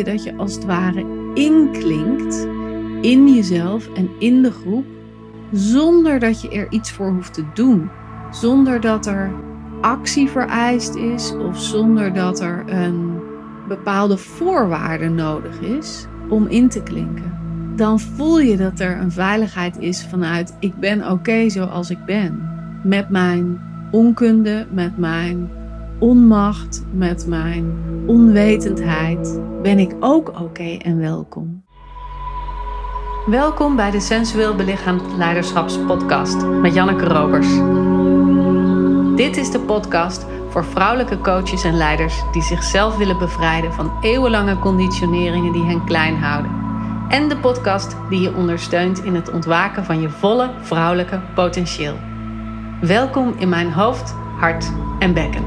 je dat je als het ware inklinkt in jezelf en in de groep, zonder dat je er iets voor hoeft te doen. Zonder dat er actie vereist is of zonder dat er een bepaalde voorwaarde nodig is om in te klinken. Dan voel je dat er een veiligheid is vanuit ik ben oké zoals ik ben. Met mijn onkunde, met mijn onmacht, met mijn onwetendheid ben ik ook oké en welkom. Welkom bij de Sensueel Belichaamd Leiderschapspodcast met Janneke Robers. Dit is de podcast voor vrouwelijke coaches en leiders die zichzelf willen bevrijden van eeuwenlange conditioneringen die hen klein houden. En de podcast die je ondersteunt in het ontwaken van je volle vrouwelijke potentieel. Welkom in mijn hoofd, hart en bekken.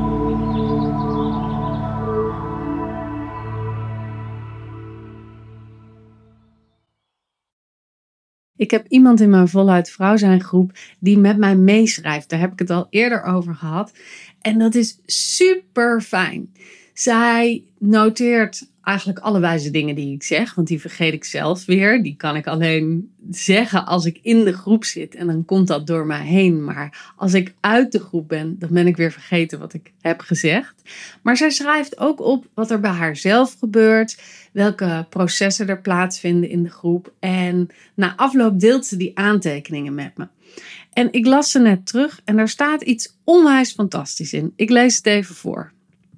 Ik heb iemand in mijn Voluit Vrouw zijn groep die met mij meeschrijft. Daar heb ik het al eerder over gehad. En dat is super fijn. Zij noteert eigenlijk alle wijze dingen die ik zeg. Want die vergeet ik zelf weer. Die kan ik alleen zeggen als ik in de groep zit. En dan komt dat door mij heen. Maar als ik uit de groep ben, dan ben ik weer vergeten wat ik heb gezegd. Maar zij schrijft ook op wat er bij haarzelf gebeurt. Welke processen er plaatsvinden in de groep. En na afloop deelt ze die aantekeningen met me. En ik las ze net terug en daar staat iets onwijs fantastisch in. Ik lees het even voor.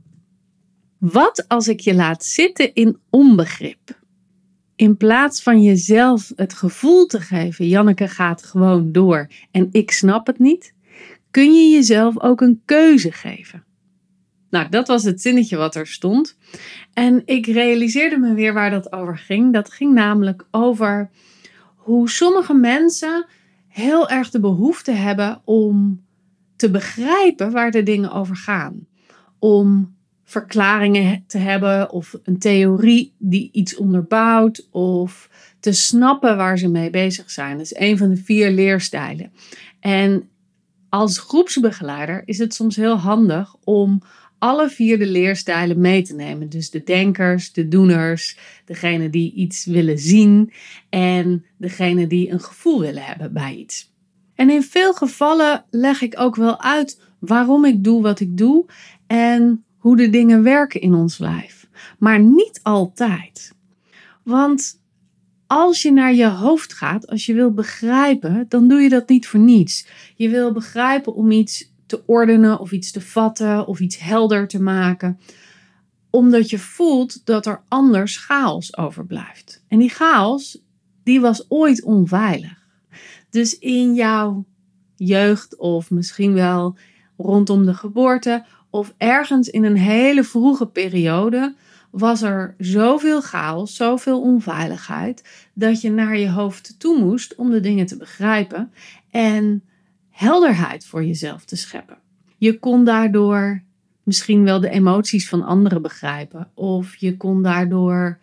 Wat als ik je laat zitten in onbegrip? In plaats van jezelf het gevoel te geven, Janneke gaat gewoon door en ik snap het niet, kun je jezelf ook een keuze geven. Nou, dat was het zinnetje wat er stond. En ik realiseerde me weer waar dat over ging. Dat ging namelijk over hoe sommige mensen heel erg de behoefte hebben om te begrijpen waar de dingen over gaan. Om verklaringen te hebben of een theorie die iets onderbouwt of te snappen waar ze mee bezig zijn. Dat is een van de 4 leerstijlen. En als groepsbegeleider is het soms heel handig om alle 4 de leerstijlen mee te nemen. Dus de denkers, de doeners, degene die iets willen zien en degene die een gevoel willen hebben bij iets. En in veel gevallen leg ik ook wel uit waarom ik doe wat ik doe en hoe de dingen werken in ons lijf. Maar niet altijd. Want als je naar je hoofd gaat, als je wil begrijpen, dan doe je dat niet voor niets. Je wil begrijpen om iets te ordenen of iets te vatten of iets helder te maken. Omdat je voelt dat er anders chaos overblijft. En die chaos, die was ooit onveilig. Dus in jouw jeugd of misschien wel rondom de geboorte of ergens in een hele vroege periode was er zoveel chaos, zoveel onveiligheid dat je naar je hoofd toe moest om de dingen te begrijpen en helderheid voor jezelf te scheppen. Je kon daardoor misschien wel de emoties van anderen begrijpen of je kon daardoor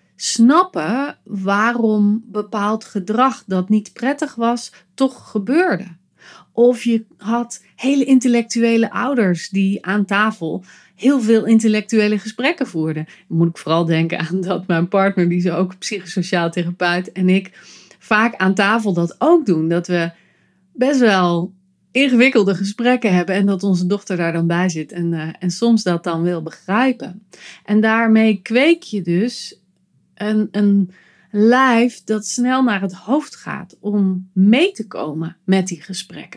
snappen waarom bepaald gedrag dat niet prettig was, toch gebeurde. Of je had hele intellectuele ouders die aan tafel heel veel intellectuele gesprekken voerden. Dan moet ik vooral denken aan dat mijn partner, die is ook psychosociaal therapeut, en ik vaak aan tafel dat ook doen. Dat we best wel ingewikkelde gesprekken hebben en dat onze dochter daar dan bij zit en soms dat dan wil begrijpen. En daarmee kweek je dus een lijf dat snel naar het hoofd gaat om mee te komen met die gesprekken.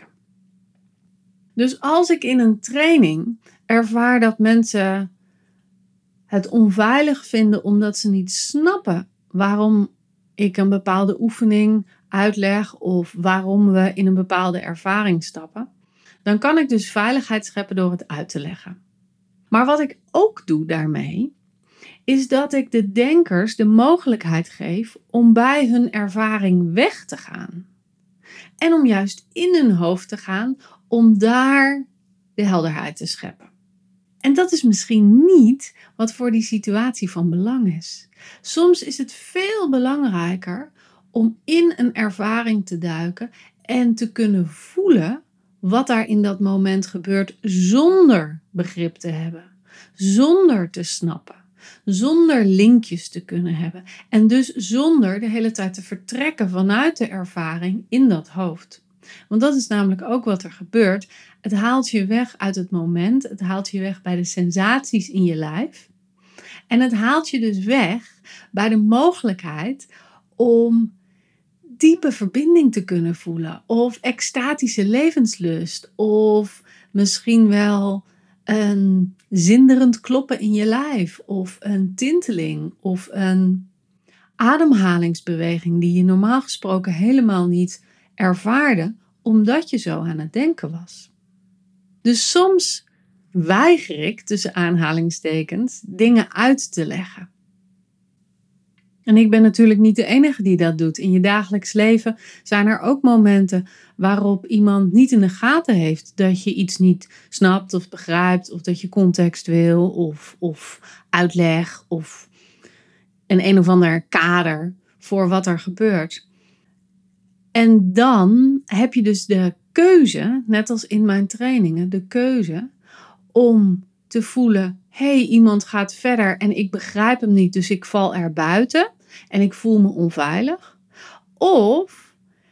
Dus als ik in een training ervaar dat mensen het onveilig vinden omdat ze niet snappen waarom ik een bepaalde oefening uitleg of waarom we in een bepaalde ervaring stappen, dan kan ik dus veiligheid scheppen door het uit te leggen. Maar wat ik ook doe daarmee, is dat ik de denkers de mogelijkheid geef om bij hun ervaring weg te gaan. En om juist in hun hoofd te gaan, om daar de helderheid te scheppen. En dat is misschien niet wat voor die situatie van belang is. Soms is het veel belangrijker om in een ervaring te duiken en te kunnen voelen wat daar in dat moment gebeurt zonder begrip te hebben, zonder te snappen. Zonder linkjes te kunnen hebben. En dus zonder de hele tijd te vertrekken vanuit de ervaring in dat hoofd. Want dat is namelijk ook wat er gebeurt. Het haalt je weg uit het moment. Het haalt je weg bij de sensaties in je lijf. En het haalt je dus weg bij de mogelijkheid om diepe verbinding te kunnen voelen. Of extatische levenslust. Of misschien wel een zinderend kloppen in je lijf. Of een tinteling. Of een ademhalingsbeweging die je normaal gesproken helemaal niet ervaarde. Omdat je zo aan het denken was. Dus soms weiger ik, tussen aanhalingstekens, dingen uit te leggen. En ik ben natuurlijk niet de enige die dat doet. In je dagelijks leven zijn er ook momenten waarop iemand niet in de gaten heeft dat je iets niet snapt of begrijpt, of dat je context wil, of uitleg, of een of ander kader voor wat er gebeurt. En dan heb je dus de keuze, net als in mijn trainingen, de keuze om te voelen, hey, iemand gaat verder en ik begrijp hem niet, dus ik val er buiten en ik voel me onveilig. Of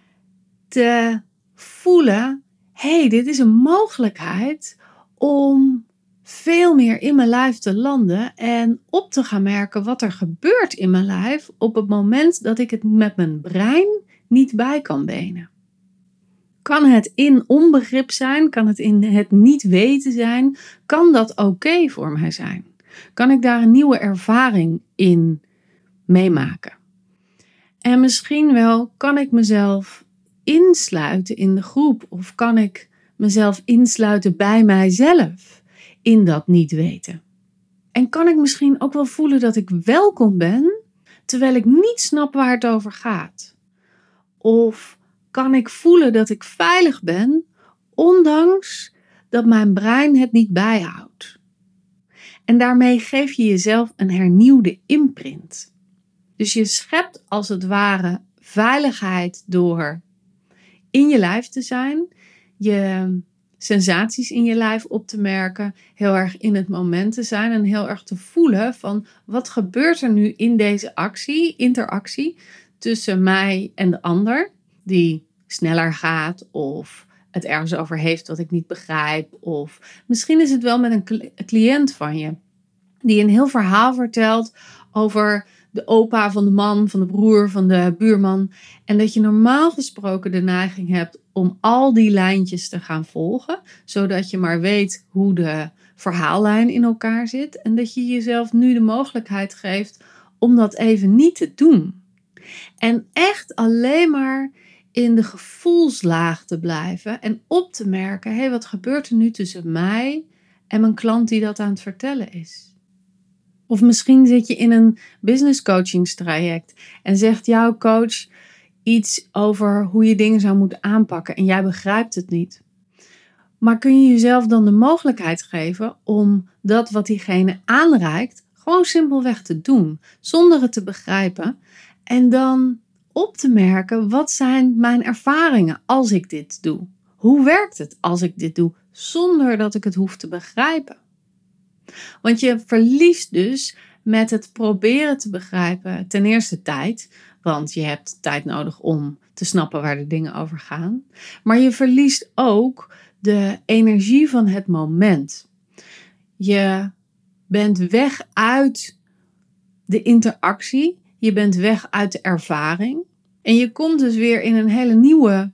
te voelen, hey, dit is een mogelijkheid om veel meer in mijn lijf te landen en op te gaan merken wat er gebeurt in mijn lijf op het moment dat ik het met mijn brein niet bij kan benen. Kan het in onbegrip zijn? Kan het in het niet weten zijn? Kan dat oké voor mij zijn? Kan ik daar een nieuwe ervaring in meemaken? En misschien wel kan ik mezelf insluiten in de groep. Of kan ik mezelf insluiten bij mijzelf in dat niet weten? En kan ik misschien ook wel voelen dat ik welkom ben, terwijl ik niet snap waar het over gaat? Of kan ik voelen dat ik veilig ben, ondanks dat mijn brein het niet bijhoudt? En daarmee geef je jezelf een hernieuwde imprint. Dus je schept als het ware veiligheid door in je lijf te zijn, je sensaties in je lijf op te merken, heel erg in het moment te zijn en heel erg te voelen van wat gebeurt er nu in deze interactie tussen mij en de ander, die sneller gaat of het ergens over heeft wat ik niet begrijp. Of misschien is het wel met een cliënt van je die een heel verhaal vertelt over de opa van de man, van de broer, van de buurman. En dat je normaal gesproken de neiging hebt om al die lijntjes te gaan volgen, zodat je maar weet hoe de verhaallijn in elkaar zit. En dat je jezelf nu de mogelijkheid geeft om dat even niet te doen. En echt alleen maar in de gevoelslaag te blijven en op te merken, hé, wat gebeurt er nu tussen mij en mijn klant die dat aan het vertellen is? Of misschien zit je in een business coachingstraject en zegt jouw coach iets over hoe je dingen zou moeten aanpakken en jij begrijpt het niet. Maar kun je jezelf dan de mogelijkheid geven om dat wat diegene aanreikt gewoon simpelweg te doen, zonder het te begrijpen en dan op te merken, wat zijn mijn ervaringen als ik dit doe? Hoe werkt het als ik dit doe, zonder dat ik het hoef te begrijpen? Want je verliest dus met het proberen te begrijpen ten eerste tijd, want je hebt tijd nodig om te snappen waar de dingen over gaan. Maar je verliest ook de energie van het moment. Je bent weg uit de interactie, je bent weg uit de ervaring en je komt dus weer in een hele nieuwe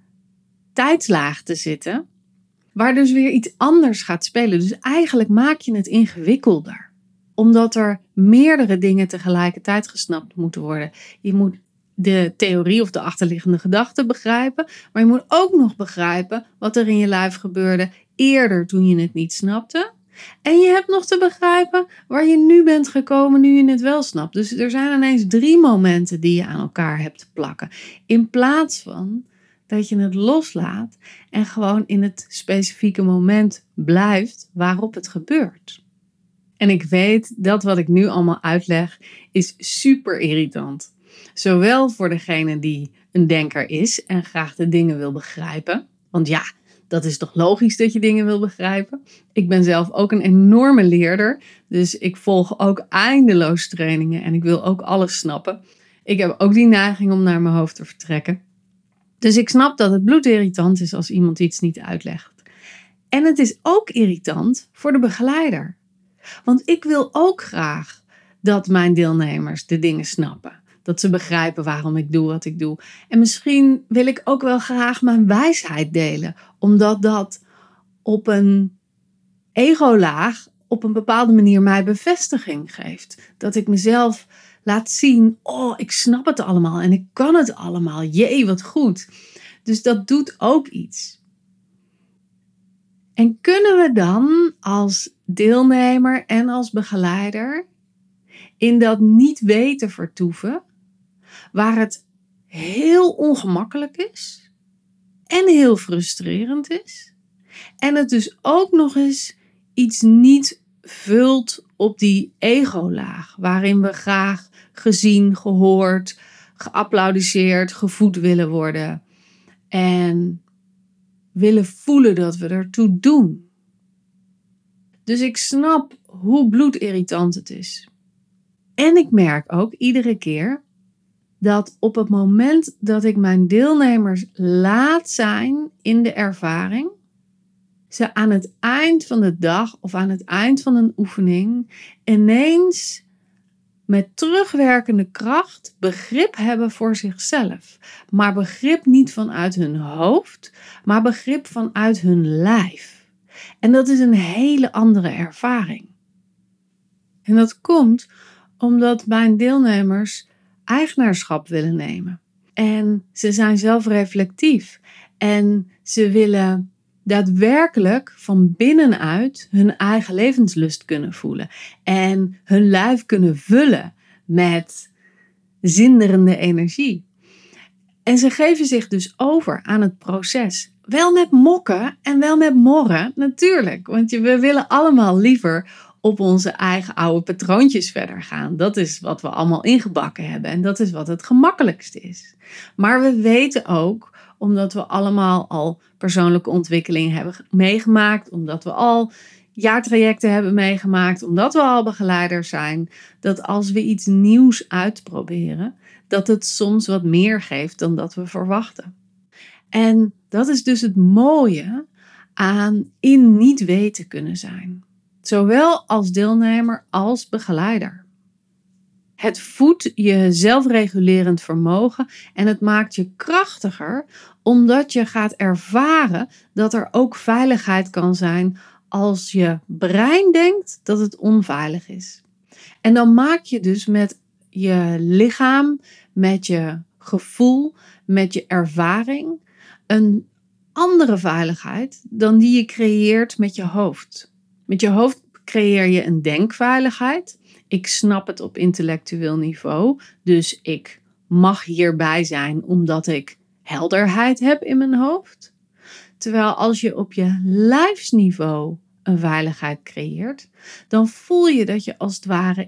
tijdslaag te zitten, waar dus weer iets anders gaat spelen. Dus eigenlijk maak je het ingewikkelder. Omdat er meerdere dingen tegelijkertijd gesnapt moeten worden. Je moet de theorie of de achterliggende gedachte begrijpen. Maar je moet ook nog begrijpen wat er in je lijf gebeurde eerder toen je het niet snapte. En je hebt nog te begrijpen waar je nu bent gekomen nu je het wel snapt. Dus er zijn ineens 3 momenten die je aan elkaar hebt te plakken. In plaats van dat je het loslaat en gewoon in het specifieke moment blijft waarop het gebeurt. En ik weet dat wat ik nu allemaal uitleg is super irritant. Zowel voor degene die een denker is en graag de dingen wil begrijpen. Want ja, Dat is toch logisch dat je dingen wil begrijpen? Ik ben zelf ook een enorme leerder. Dus ik volg ook eindeloos trainingen en ik wil ook alles snappen. Ik heb ook die neiging om naar mijn hoofd te vertrekken. Dus ik snap dat het bloedirritant is als iemand iets niet uitlegt. En het is ook irritant voor de begeleider. Want ik wil ook graag dat mijn deelnemers de dingen snappen. Dat ze begrijpen waarom ik doe wat ik doe. En misschien wil ik ook wel graag mijn wijsheid delen. Omdat dat op een egolaag op een bepaalde manier mij bevestiging geeft. Dat ik mezelf laat zien, oh, ik snap het allemaal en ik kan het allemaal. Jee, wat goed. Dus dat doet ook iets. En kunnen we dan als deelnemer en als begeleider in dat niet weten vertoeven, waar het heel ongemakkelijk is en heel frustrerend is, en het dus ook nog eens iets niet vult op die ego-laag, waarin we graag gezien, gehoord, geapplaudiseerd, gevoed willen worden en willen voelen dat we ertoe doen. Dus ik snap hoe bloedirritant het is. En ik merk ook iedere keer dat op het moment dat ik mijn deelnemers laat zijn in de ervaring, ze aan het eind van de dag of aan het eind van een oefening ineens met terugwerkende kracht begrip hebben voor zichzelf. Maar begrip niet vanuit hun hoofd, maar begrip vanuit hun lijf. En dat is een hele andere ervaring. En dat komt omdat mijn deelnemers eigenaarschap willen nemen. En ze zijn zelfreflectief. En ze willen daadwerkelijk van binnenuit hun eigen levenslust kunnen voelen. En hun lijf kunnen vullen met zinderende energie. En ze geven zich dus over aan het proces. Wel met mokken en wel met morren, natuurlijk. Want we willen allemaal liever op onze eigen oude patroontjes verder gaan. Dat is wat we allemaal ingebakken hebben. En dat is wat het gemakkelijkste is. Maar we weten ook, omdat we allemaal al persoonlijke ontwikkeling hebben meegemaakt, omdat we al jaartrajecten hebben meegemaakt, omdat we al begeleiders zijn, dat als we iets nieuws uitproberen, dat het soms wat meer geeft dan dat we verwachten. En dat is dus het mooie aan in niet weten kunnen zijn. Zowel als deelnemer als begeleider. Het voedt je zelfregulerend vermogen en het maakt je krachtiger, omdat je gaat ervaren dat er ook veiligheid kan zijn als je brein denkt dat het onveilig is. En dan maak je dus met je lichaam, met je gevoel, met je ervaring een andere veiligheid dan die je creëert met je hoofd. Met je hoofd creëer je een denkveiligheid. Ik snap het op intellectueel niveau, dus ik mag hierbij zijn omdat ik helderheid heb in mijn hoofd. Terwijl als je op je lijfsniveau een veiligheid creëert, dan voel je dat je als het ware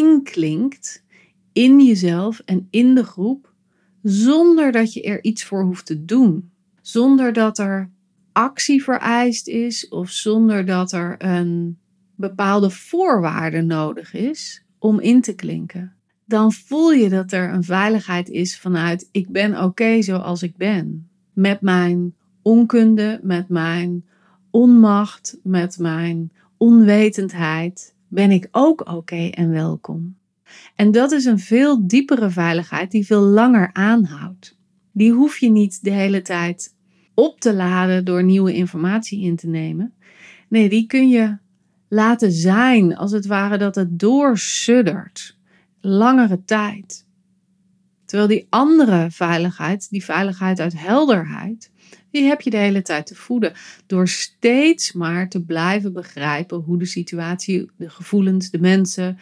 inklinkt in jezelf en in de groep, zonder dat je er iets voor hoeft te doen. Zonder dat er actie vereist is of zonder dat er een bepaalde voorwaarde nodig is om in te klinken. Dan voel je dat er een veiligheid is vanuit ik ben oké zoals ik ben. Met mijn onkunde, met mijn onmacht, met mijn onwetendheid ben ik ook oké en welkom. En dat is een veel diepere veiligheid die veel langer aanhoudt. Die hoef je niet de hele tijd op te laden door nieuwe informatie in te nemen. Nee, die kun je laten zijn, als het ware dat het doorsuddert. Langere tijd. Terwijl die andere veiligheid, die veiligheid uit helderheid, die heb je de hele tijd te voeden. Door steeds maar te blijven begrijpen hoe de situatie, de gevoelens, de mensen,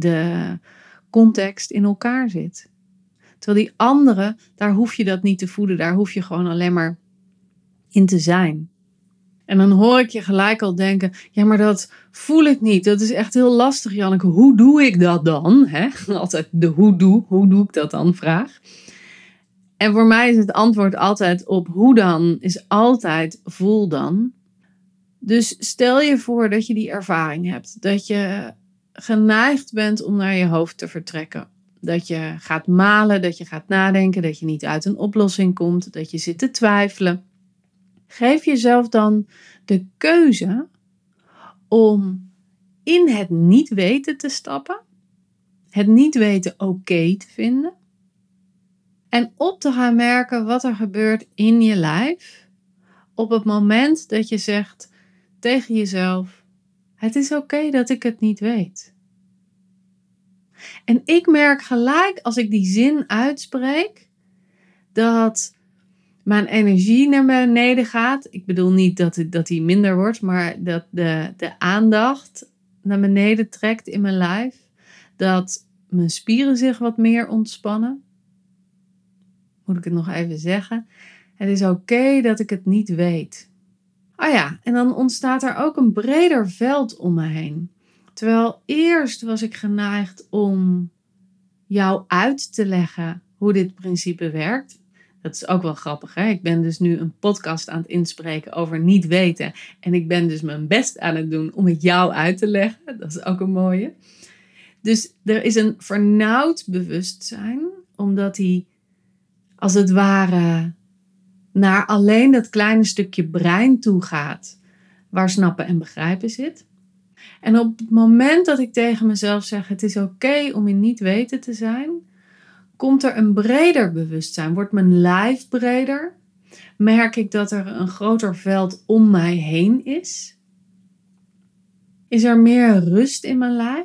de context in elkaar zit. Terwijl die andere, daar hoef je dat niet te voeden. Daar hoef je gewoon alleen maar in te zijn. En dan hoor ik je gelijk al denken, ja, maar dat voel ik niet. Dat is echt heel lastig, Janneke. Hoe doe ik dat dan? Altijd de hoe doe ik dat dan vraag. En voor mij is het antwoord altijd op hoe dan, is altijd voel dan. Dus stel je voor dat je die ervaring hebt. Dat je geneigd bent om naar je hoofd te vertrekken. Dat je gaat malen, dat je gaat nadenken, dat je niet uit een oplossing komt, dat je zit te twijfelen. Geef jezelf dan de keuze om in het niet weten te stappen. Het niet weten oké te vinden. En op te gaan merken wat er gebeurt in je lijf. Op het moment dat je zegt tegen jezelf: het is oké dat ik het niet weet. En ik merk gelijk als ik die zin uitspreek, dat mijn energie naar beneden gaat. Ik bedoel niet dat die minder wordt, maar dat de aandacht naar beneden trekt in mijn lijf. Dat mijn spieren zich wat meer ontspannen. Moet ik het nog even zeggen? Het is oké dat ik het niet weet. Oh ja, en dan ontstaat er ook een breder veld om me heen. Terwijl eerst was ik geneigd om jou uit te leggen hoe dit principe werkt. Dat is ook wel grappig, hè? Ik ben dus nu een podcast aan het inspreken over niet weten. En ik ben dus mijn best aan het doen om het jou uit te leggen. Dat is ook een mooie. Dus er is een vernauwd bewustzijn, omdat die als het ware naar alleen dat kleine stukje brein toe gaat, waar snappen en begrijpen zit. En op het moment dat ik tegen mezelf zeg: het is oké om in niet weten te zijn, komt er een breder bewustzijn. Wordt mijn lijf breder? Merk ik dat er een groter veld om mij heen is? Is er meer rust in mijn lijf?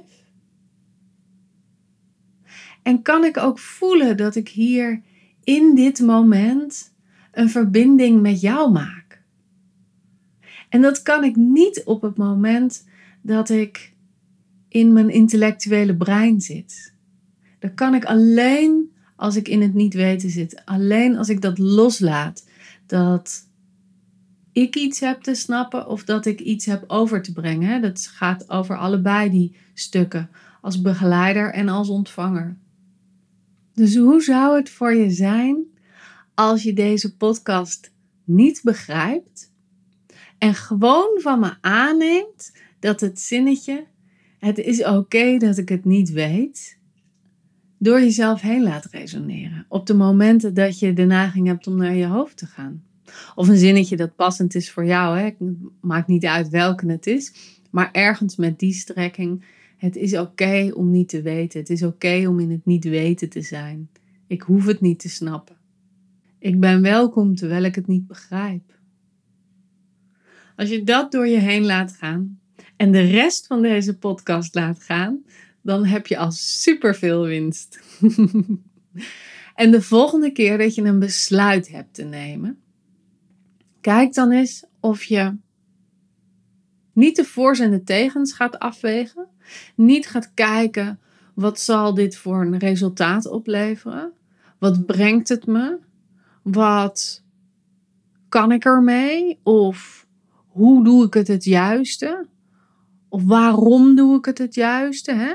En kan ik ook voelen dat ik hier in dit moment een verbinding met jou maak? En dat kan ik niet op het moment dat ik in mijn intellectuele brein zit. Dat kan ik alleen als ik in het niet weten zit. Alleen als ik dat loslaat. Dat ik iets heb te snappen of dat ik iets heb over te brengen. Dat gaat over allebei die stukken. Als begeleider en als ontvanger. Dus hoe zou het voor je zijn als je deze podcast niet begrijpt en gewoon van me aanneemt dat het zinnetje: het is oké dat ik het niet weet, door jezelf heen laat resoneren. Op de momenten dat je de neiging hebt om naar je hoofd te gaan. Of een zinnetje dat passend is voor jou. Hè? Maakt niet uit welke het is. Maar ergens met die strekking: het is oké om niet te weten. Het is oké om in het niet weten te zijn. Ik hoef het niet te snappen. Ik ben welkom terwijl ik het niet begrijp. Als je dat door je heen laat gaan en de rest van deze podcast laat gaan, dan heb je al superveel winst. En de volgende keer dat je een besluit hebt te nemen, kijk dan eens of je niet de voor's en de tegens gaat afwegen. Niet gaat kijken: wat zal dit voor een resultaat opleveren? Wat brengt het me? Wat kan ik ermee? Of hoe doe ik het juiste? Of waarom doe ik het juiste? Hè?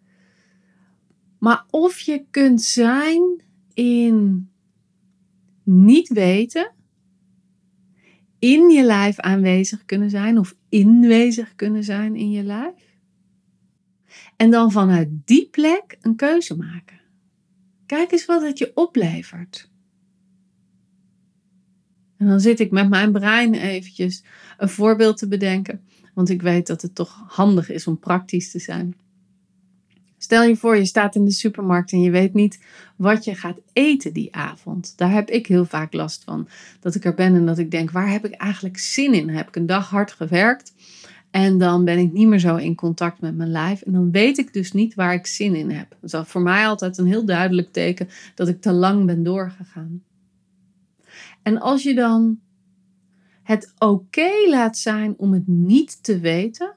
Maar of je kunt zijn in niet weten, in je lijf aanwezig kunnen zijn of inwezig kunnen zijn in je lijf. En dan vanuit die plek een keuze maken. Kijk eens wat het je oplevert. En dan zit ik met mijn brein eventjes een voorbeeld te bedenken. Want ik weet dat het toch handig is om praktisch te zijn. Stel je voor, je staat in de supermarkt en je weet niet wat je gaat eten die avond. Daar heb ik heel vaak last van. Dat ik er ben en dat ik denk: waar heb ik eigenlijk zin in? Heb ik een dag hard gewerkt en dan ben ik niet meer zo in contact met mijn lijf. En dan weet ik dus niet waar ik zin in heb. Dat is voor mij altijd een heel duidelijk teken dat ik te lang ben doorgegaan. En als je dan het oké laat zijn om het niet te weten,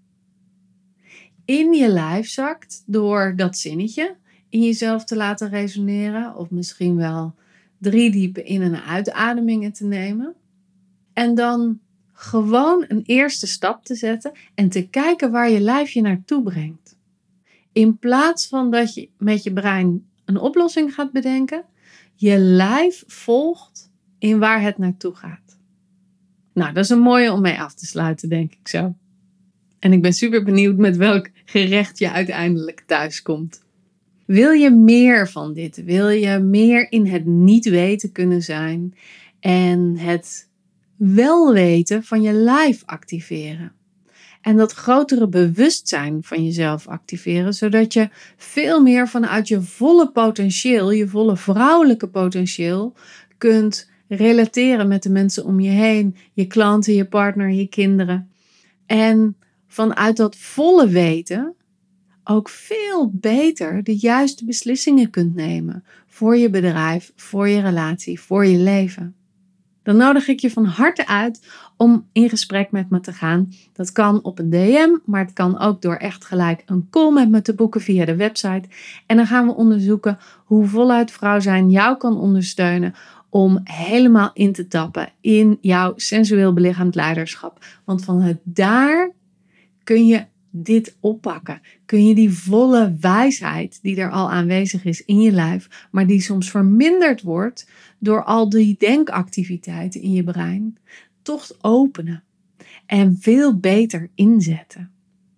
in je lijf zakt door dat zinnetje in jezelf te laten resoneren, of misschien wel 3 diepe in- en uitademingen te nemen. En dan gewoon een eerste stap te zetten en te kijken waar je lijf je naartoe brengt. In plaats van dat je met je brein een oplossing gaat bedenken, je lijf volgt in waar het naartoe gaat. Nou, dat is een mooie om mee af te sluiten, denk ik zo. En ik ben super benieuwd met welk gerecht je uiteindelijk thuis komt. Wil je meer van dit? Wil je meer in het niet weten kunnen zijn en het wel weten van je lijf activeren? En dat grotere bewustzijn van jezelf activeren, zodat je veel meer vanuit je volle potentieel, je volle vrouwelijke potentieel, kunt relateren met de mensen om je heen, je klanten, je partner, je kinderen. En vanuit dat volle weten ook veel beter de juiste beslissingen kunt nemen voor je bedrijf, voor je relatie, voor je leven. Dan nodig ik je van harte uit om in gesprek met me te gaan. Dat kan op een DM, maar het kan ook door echt gelijk een call met me te boeken via de website. En dan gaan we onderzoeken hoe voluit vrouw zijn jou kan ondersteunen om helemaal in te tappen in jouw sensueel belichaamd leiderschap. Want vanuit daar kun je dit oppakken. Kun je die volle wijsheid die er al aanwezig is in je lijf, maar die soms verminderd wordt door al die denkactiviteiten in je brein, toch openen en veel beter inzetten.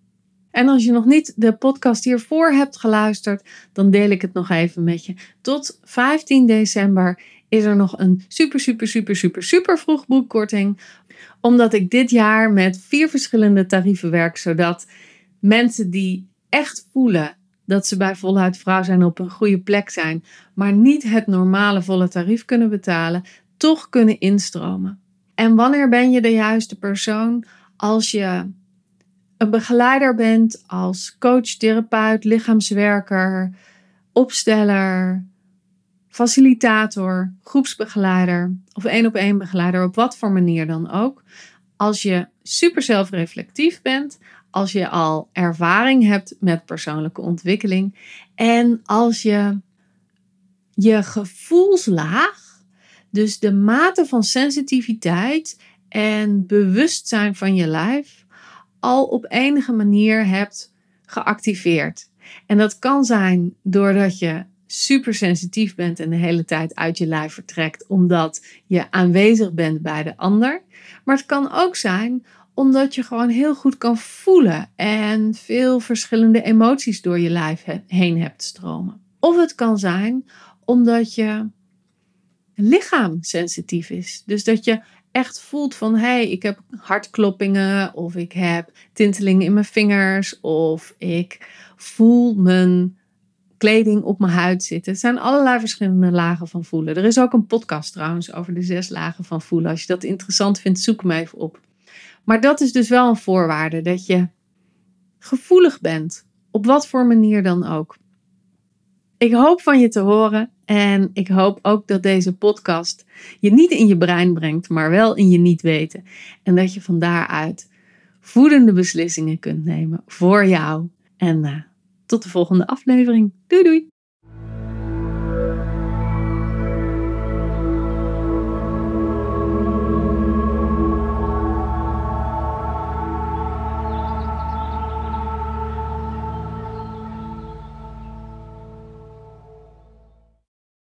En als je nog niet de podcast hiervoor hebt geluisterd, dan deel ik het nog even met je. Tot 15 december is er nog een super vroeg boekkorting. Omdat ik dit jaar met 4 verschillende tarieven werk, zodat mensen die echt voelen dat ze bij Voluit Vrouw zijn op een goede plek zijn, maar niet het normale volle tarief kunnen betalen, toch kunnen instromen. En wanneer ben je de juiste persoon? Als je een begeleider bent, als coach, therapeut, lichaamswerker, opsteller, facilitator, groepsbegeleider of 1-op-1 begeleider, op wat voor manier dan ook. Als je super zelfreflectief bent, als je al ervaring hebt met persoonlijke ontwikkeling en als je je gevoelslaag, dus de mate van sensitiviteit en bewustzijn van je lijf, al op enige manier hebt geactiveerd. En dat kan zijn doordat je super sensitief bent en de hele tijd uit je lijf vertrekt omdat je aanwezig bent bij de ander. Maar het kan ook zijn omdat je gewoon heel goed kan voelen en veel verschillende emoties door je lijf heen hebt stromen. Of het kan zijn omdat je lichaam sensitief is. Dus dat je echt voelt van, hey, ik heb hartkloppingen of ik heb tintelingen in mijn vingers of ik voel mijn kleding op mijn huid zitten. Het zijn allerlei verschillende lagen van voelen. Er is ook een podcast trouwens over de 6 lagen van voelen. Als je dat interessant vindt, zoek hem even op. Maar dat is dus wel een voorwaarde, dat je gevoelig bent, op wat voor manier dan ook. Ik hoop van je te horen en ik hoop ook dat deze podcast je niet in je brein brengt, maar wel in je niet weten. En dat je van daaruit voedende beslissingen kunt nemen voor jou. En tot de volgende aflevering. Doei doei!